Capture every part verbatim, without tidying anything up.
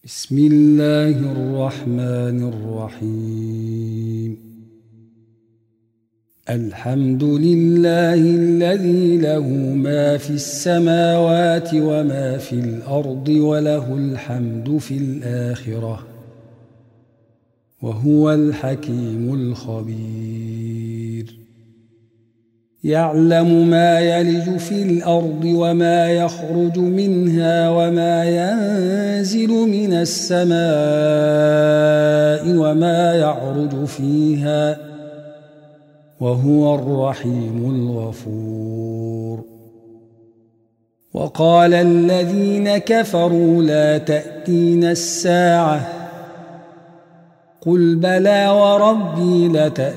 بسم الله الرحمن الرحيم. الحمد لله الذي له ما في السماوات وما في الأرض وله الحمد في الآخرة وهو الحكيم الخبير. يعلم ما يلج في الأرض وما يخرج منها وما ينزل من السماء وما يعرج فيها وهو الرحيم الغفور. وقال الذين كفروا لا تأتينا الساعة قل بلى وربي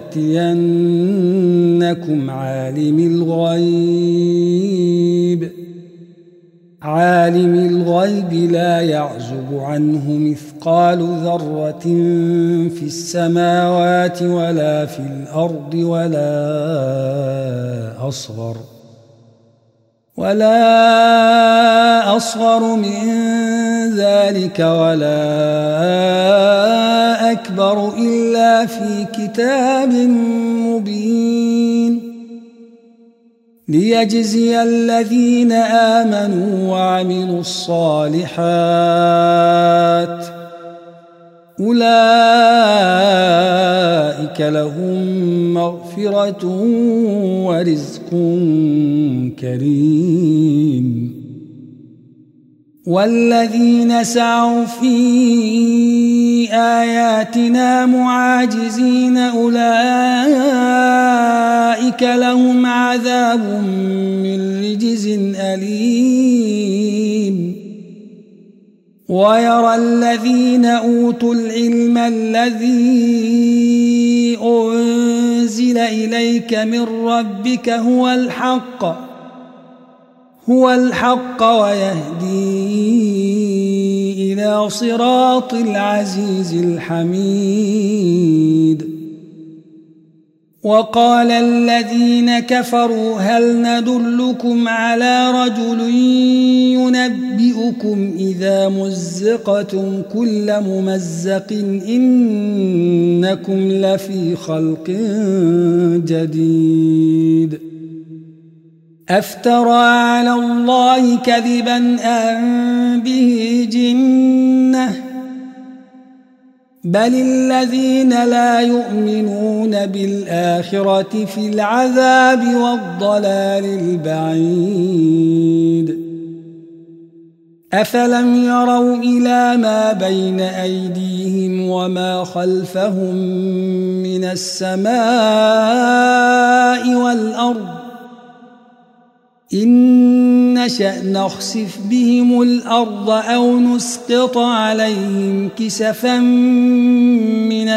لتأتينكم عالم الغيب عالم الغيب لا يعزب عنه مثقال ذرة في السماوات ولا في الأرض ولا أصغر ولا أصغر من ذلك ولا أكبر إلا في كتاب مبين ليجزي الذين آمنوا وعملوا الصالحات أولئك لهم مغفرة ورزق كريم. والذين سعوا في آياتنا معاجزين أولئك لهم عذاب من رجز أليم. ويرى الذين أوتوا العلم الذي أنزل إليك من ربك هو الحق هو الحق ويهدي إلى صراط العزيز الحميد. وقال الذين كفروا هل ندلكم على رجل ينبئكم إذا مزقتم كل ممزق إنكم لفي خلق جديد أفترى على الله كذبا أم به جنة بل الذين لا يؤمنون بالآخرة في العذاب والضلال البعيد. أفلم يروا إلى ما بين أيديهم وما خلفهم من السماء والأرض إن نشأ نخسف بهم الأرض أو نسقط عليهم كسفا من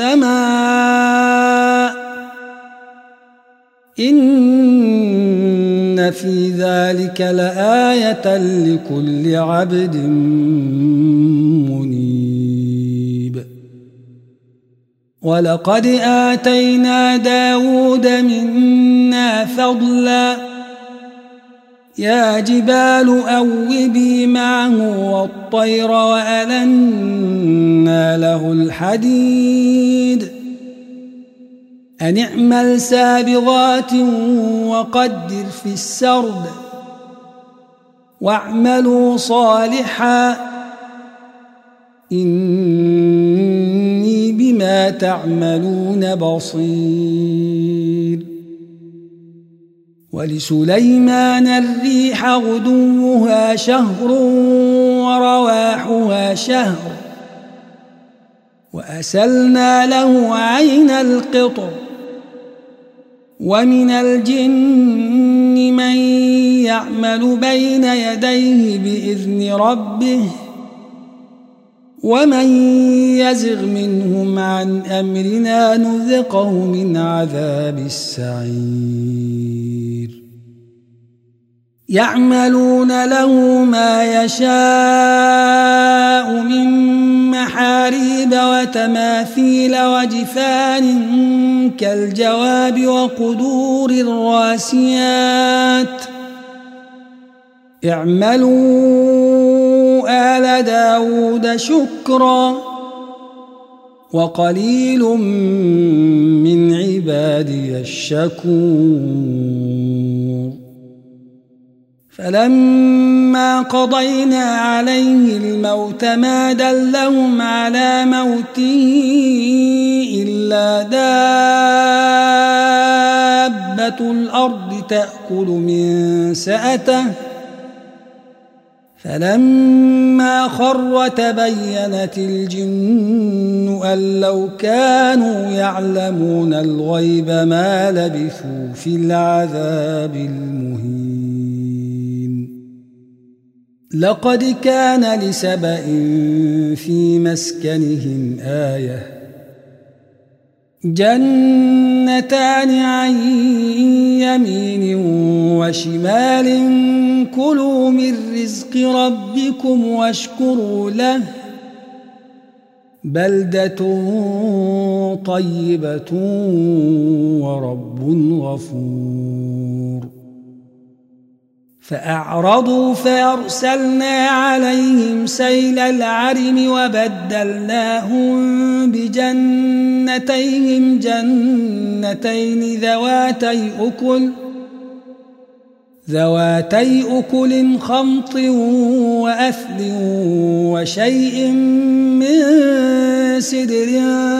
السماء إن في ذلك لآية لكل عبد منيب. ولقد آتينا داود منا فضلا يا جبال أوبي معه والطير وألنا له الحديد أن اعمل سابغات وقدر في السرد واعملوا صالحا إني بما تعملون بصير. ولسليمان الريح غدوها شهر ورواحها شهر وأسلنا له عين القطر ومن الجن من يعمل بين يديه بإذن ربه ومن يزغ منهم عن أمرنا نذقه من عذاب السعير. يعملون له ما يشاء من محاريب وتماثيل وجفان كالجواب وقدور الراسيات اعملوا آل داود شكرا وقليل من عبادي الشكور فلما قضينا عليه الموت ما دلهم على موته إلا دابة الأرض تأكل من سأته فلما خر تبينت الجن أن لو كانوا يعلمون الغيب ما لبثوا في العذاب المهين لقد كان لسبإ في مسكنهم آية جنتان عن يمين وشمال كلوا من رزق ربكم واشكروا له بلدة طيبة ورب غفور فأعرضوا فأرسلنا عليهم سيل العرم وبدلناهم بجنتيهم جنتين ذواتي أكل ذواتي أكل خمط وأثل وشيء من سدر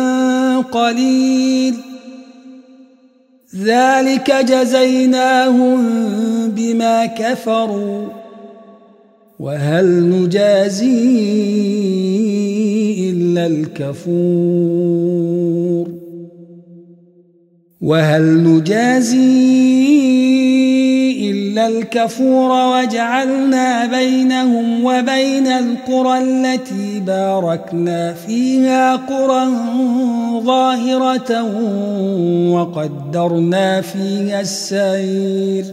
قليل ذلك جزيناهم بما كفروا وهل نجازي إلا الكفور وهل نجازي إلا الكفور وجعلنا بينهم وبين القرى التي باركنا فيها قرى ظاهرة وقدرنا فيها السير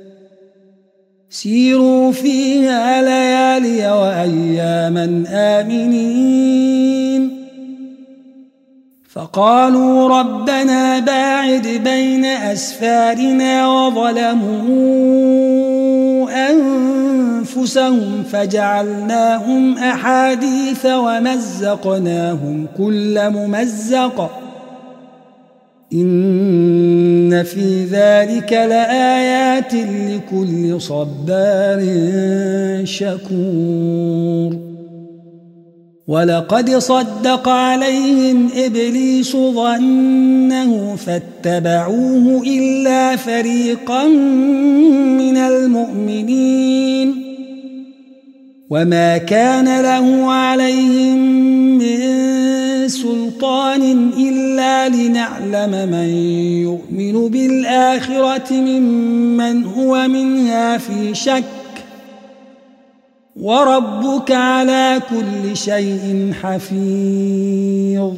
سيروا فيها ليالي وأياما آمنين فقالوا ربنا باعد بين أسفارنا وظلموا أنفسهم فجعلناهم أحاديث ومزقناهم كل ممزق إن في ذلك لآيات لكل صبار شكور ولقد صدق عليهم إبليس ظنه فاتبعوه إلا فريقا من المؤمنين وما كان له عليهم من سلطان إلا لنعلم من يؤمن بالآخرة ممن هو منها في شك وربك على كل شيء حفيظ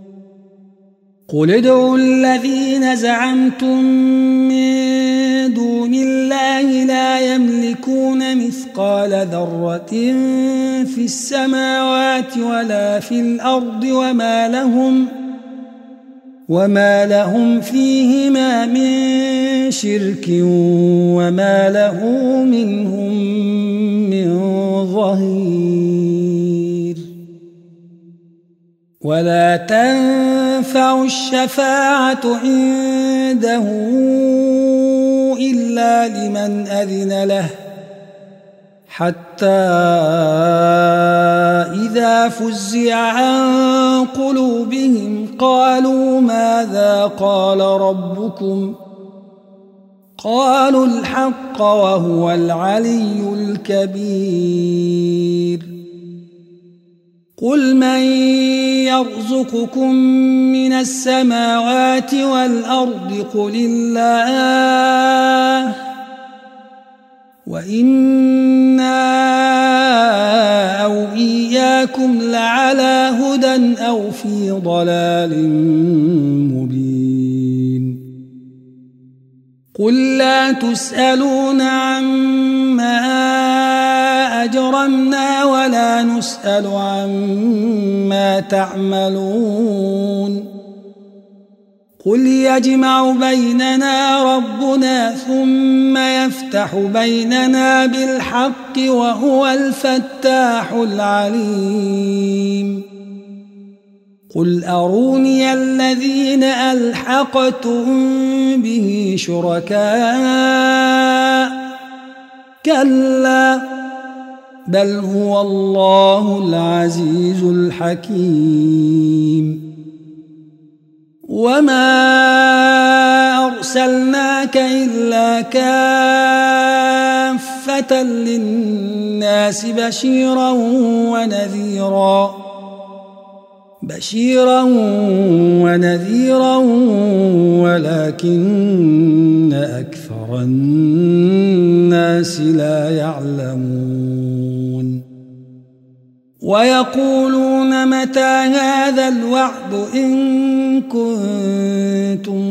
قل ادعوا الذين زعمتم من دون الله لا يملكون مثقال ذرة في السماوات ولا في الأرض وما لهم وما لهم فيهما من شرك وما له منهم من ظهير ولا تنفع الشفاعة عنده إلا لمن أذن له حتى إذا فزع عن قلوبهم قالوا ماذا قال ربكم قالوا الحق وهو العلي الكبير قل من يرزقكم من السماوات والأرض قل الله وإنا أو إياكم لعلى هدى أو في ضلال مبين قل لا تسألون عما أجرمنا ولا نسأل عما تعملون قل يجمع بيننا ربنا ثم يفتح بيننا بالحق وهو الفتاح العليم قل أروني الذين ألحقتم به شركاء كلا بل هو الله العزيز الحكيم وما أرسلناك إلا كافة للناس بشيرا ونذيرا بشيرا ونذيرا ولكن أكثر الناس لا يعلمون ويقولون متى هذا الوعد إن كنتم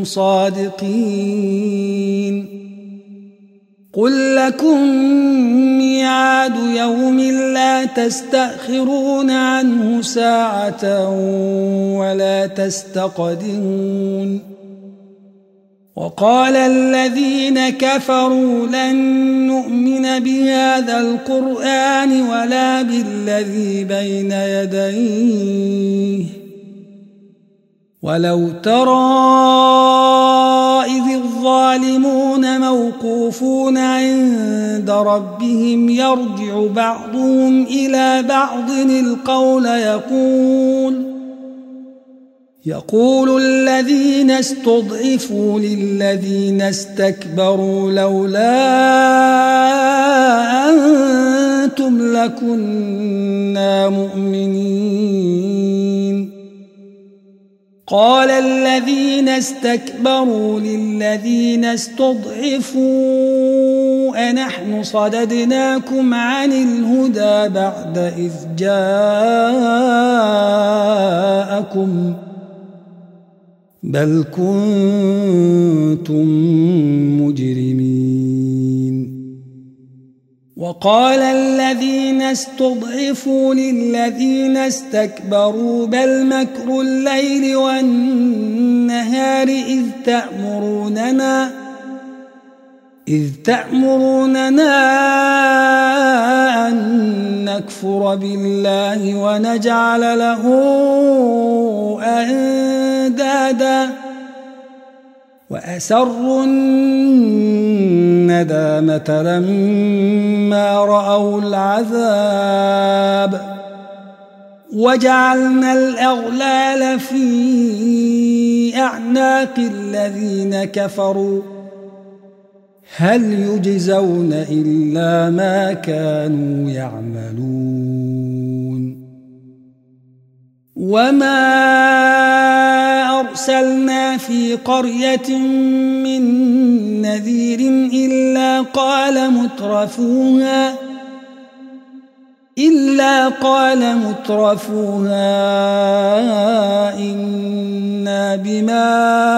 صادقين قل لكم ميعاد يوم لا تستأخرون عنه ساعة ولا تستقدمون وقال الذين كفروا لن نؤمن بهذا القرآن ولا بالذي بين يديه ولو ترى إذ الظالمون موقوفون عند ربهم يرجع بعضهم إلى بعض القول يقول يقول الذين استضعفوا للذين استكبروا لولا أنتم لكنا مؤمنين قال الذين استكبروا للذين استضعفوا أنحن صددناكم عن الهدى بعد إذ جاءكم بل كنتم مجرمين وقال الذين استضعفوا للذين استكبروا بل مكر الليل والنهار إذ تأمروننا إذ تأمروننا أن نكفر بالله ونجعل له أندادا وأسروا الندامة لما رأوا العذاب وجعلنا الأغلال في أعناق الذين كفروا هل يجزون إلا ما كانوا يعملون وما أرسلنا في قرية من نذير إلا قال مترفوها إلا قال مترفوها إنا بما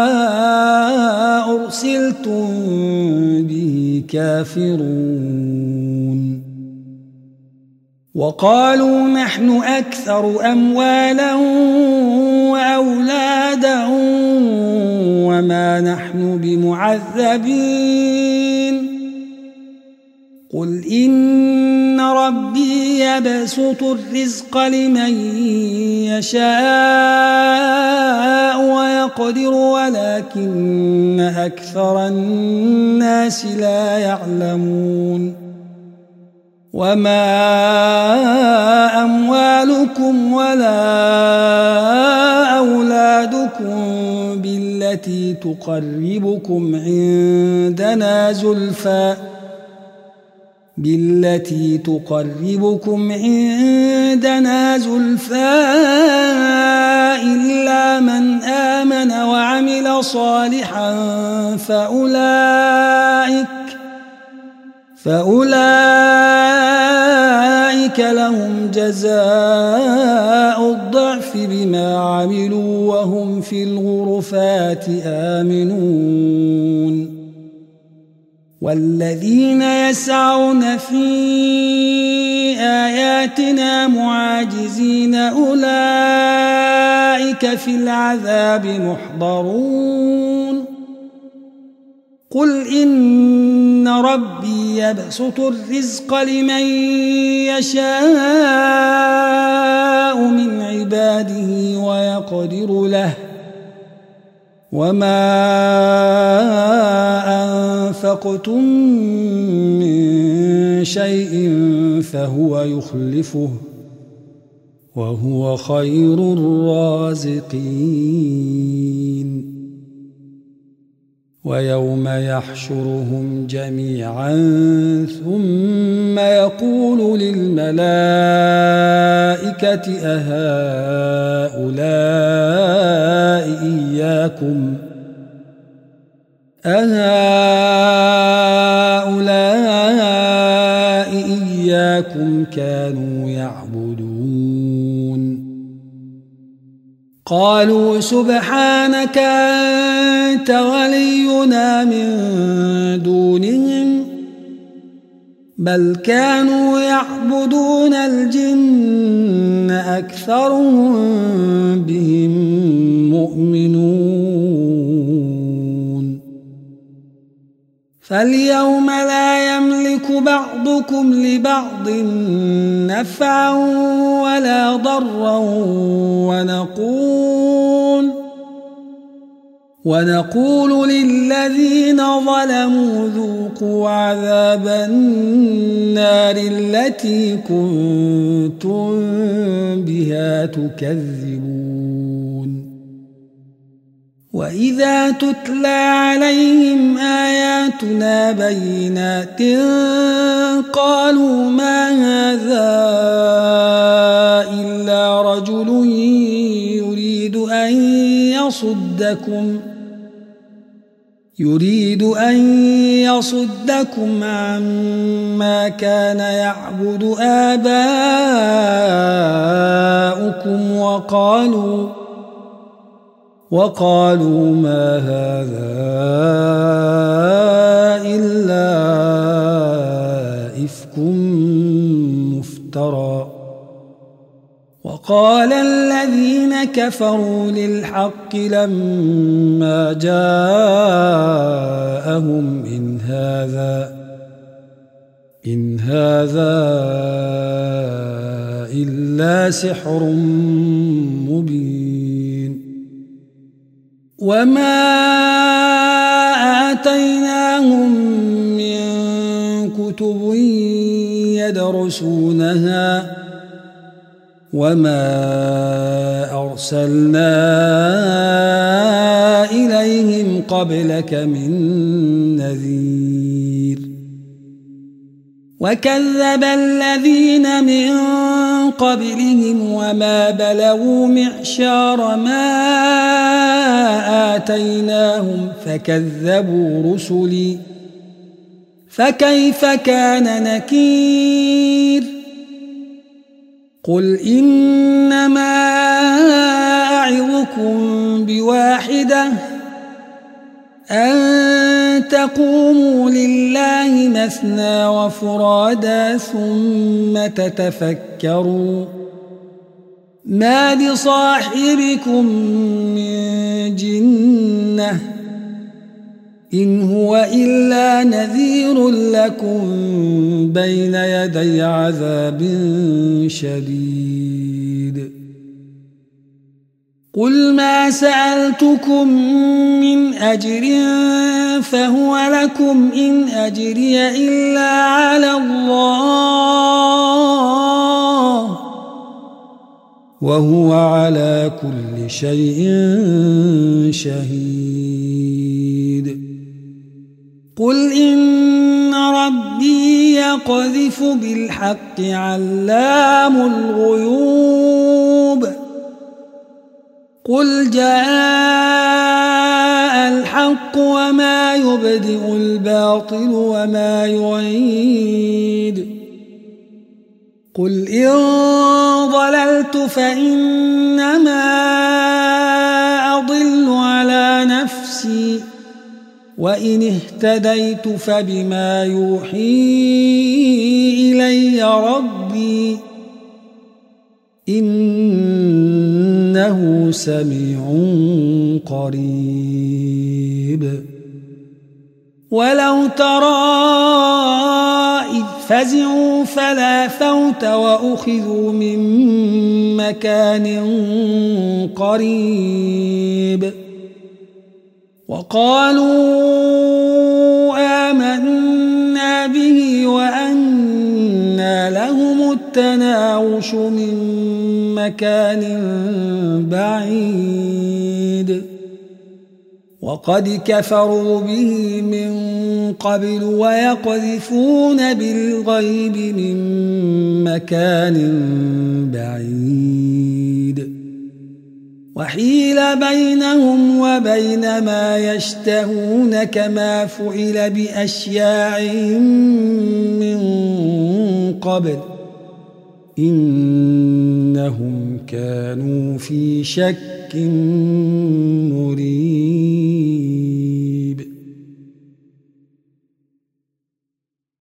أرسلتم به كافرون وقالوا نحن أكثر أموالا وأولادا وما نحن بمعذبين قل إن ربي يبسط الرزق لمن يشاء ويقدر ولكن أكثر الناس لا يعلمون وما أموالكم ولا أولادكم بالتي تقربكم عندنا زلفى بالتي تقربكم عندنا زلفى إلا من آمن وعمل صالحا فأولئك فأولئك لهم جزاء الضعف بما عملوا وهم في الغرفات آمنون والذين يسعون في آياتنا معاجزين أولئك في العذاب محضرون قل إن ربي يبسط الرزق لمن يشاء من عباده ويقدر له وما أنفقتم من شيء فهو يخلفه وهو خير الرازقين ويوم يحشرهم جميعا ثم يقول للملائكة أهؤلاء إياكم أهؤلاء إياكم كانوا يعبدون قالوا سبحانك أنت ولينا من دونهم بل كانوا يعبدون الجن أكثرهم بهم مؤمنون فاليوم لا يملك بعضكم لبعض نفعا ولا ضرا ونقول ونقول للذين ظلموا ذوقوا عذاب النار التي كنتم بها تكذبون وإذا تتلى عليهم آياتنا بينات قالوا ما هذا إلا رجل يريد أن يصدكم يريد أن يصدكم عما كان يعبد آباؤكم وقالوا وقالوا ما هذا إلا إفك مفترى وقال الذين كفروا للحق لما جاءهم إن هذا إن هذا إلا سحر مبين وما آتيناهم من كتب يدرسونها وما أرسلنا إليهم قبلك من نذير وكذب الذين من قبلهم وما بلغوا معشار ما آتيناهم فكذبوا رسلي فكيف كان نكير قل إنما أعظكم بواحدة أن تقوموا لله مثنى وفرادا ثم تتفكروا ما بصاحبكم من جنة إن هو إلا نذير لكم بين يدي عذاب شديد قل ما سألتكم من أجر فهو لكم إن أجري إلا على الله وهو على كل شيء شهيد قل إن ربي يقذف بالحق علام الغيوب قل جاء الحق وما يبدئ الباطل وما يعيد قل إن ضللت فإنما أضل على نفسي وإن اهتديت فبما يوحي إلي ربي إنه سميع قريب. ولو ترى إذ فزعوا فلا فوت وأخذوا من مكان قريب وقالوا آمنا به وأنى لهم التناوش من مكان بعيد وقد كفروا به من قبل ويقذفون بالغيب من مكان بعيد وحيل بينهم وبين ما يشتهون كما فعل بأشياعهم من قبل إنهم كانوا في شك مريب.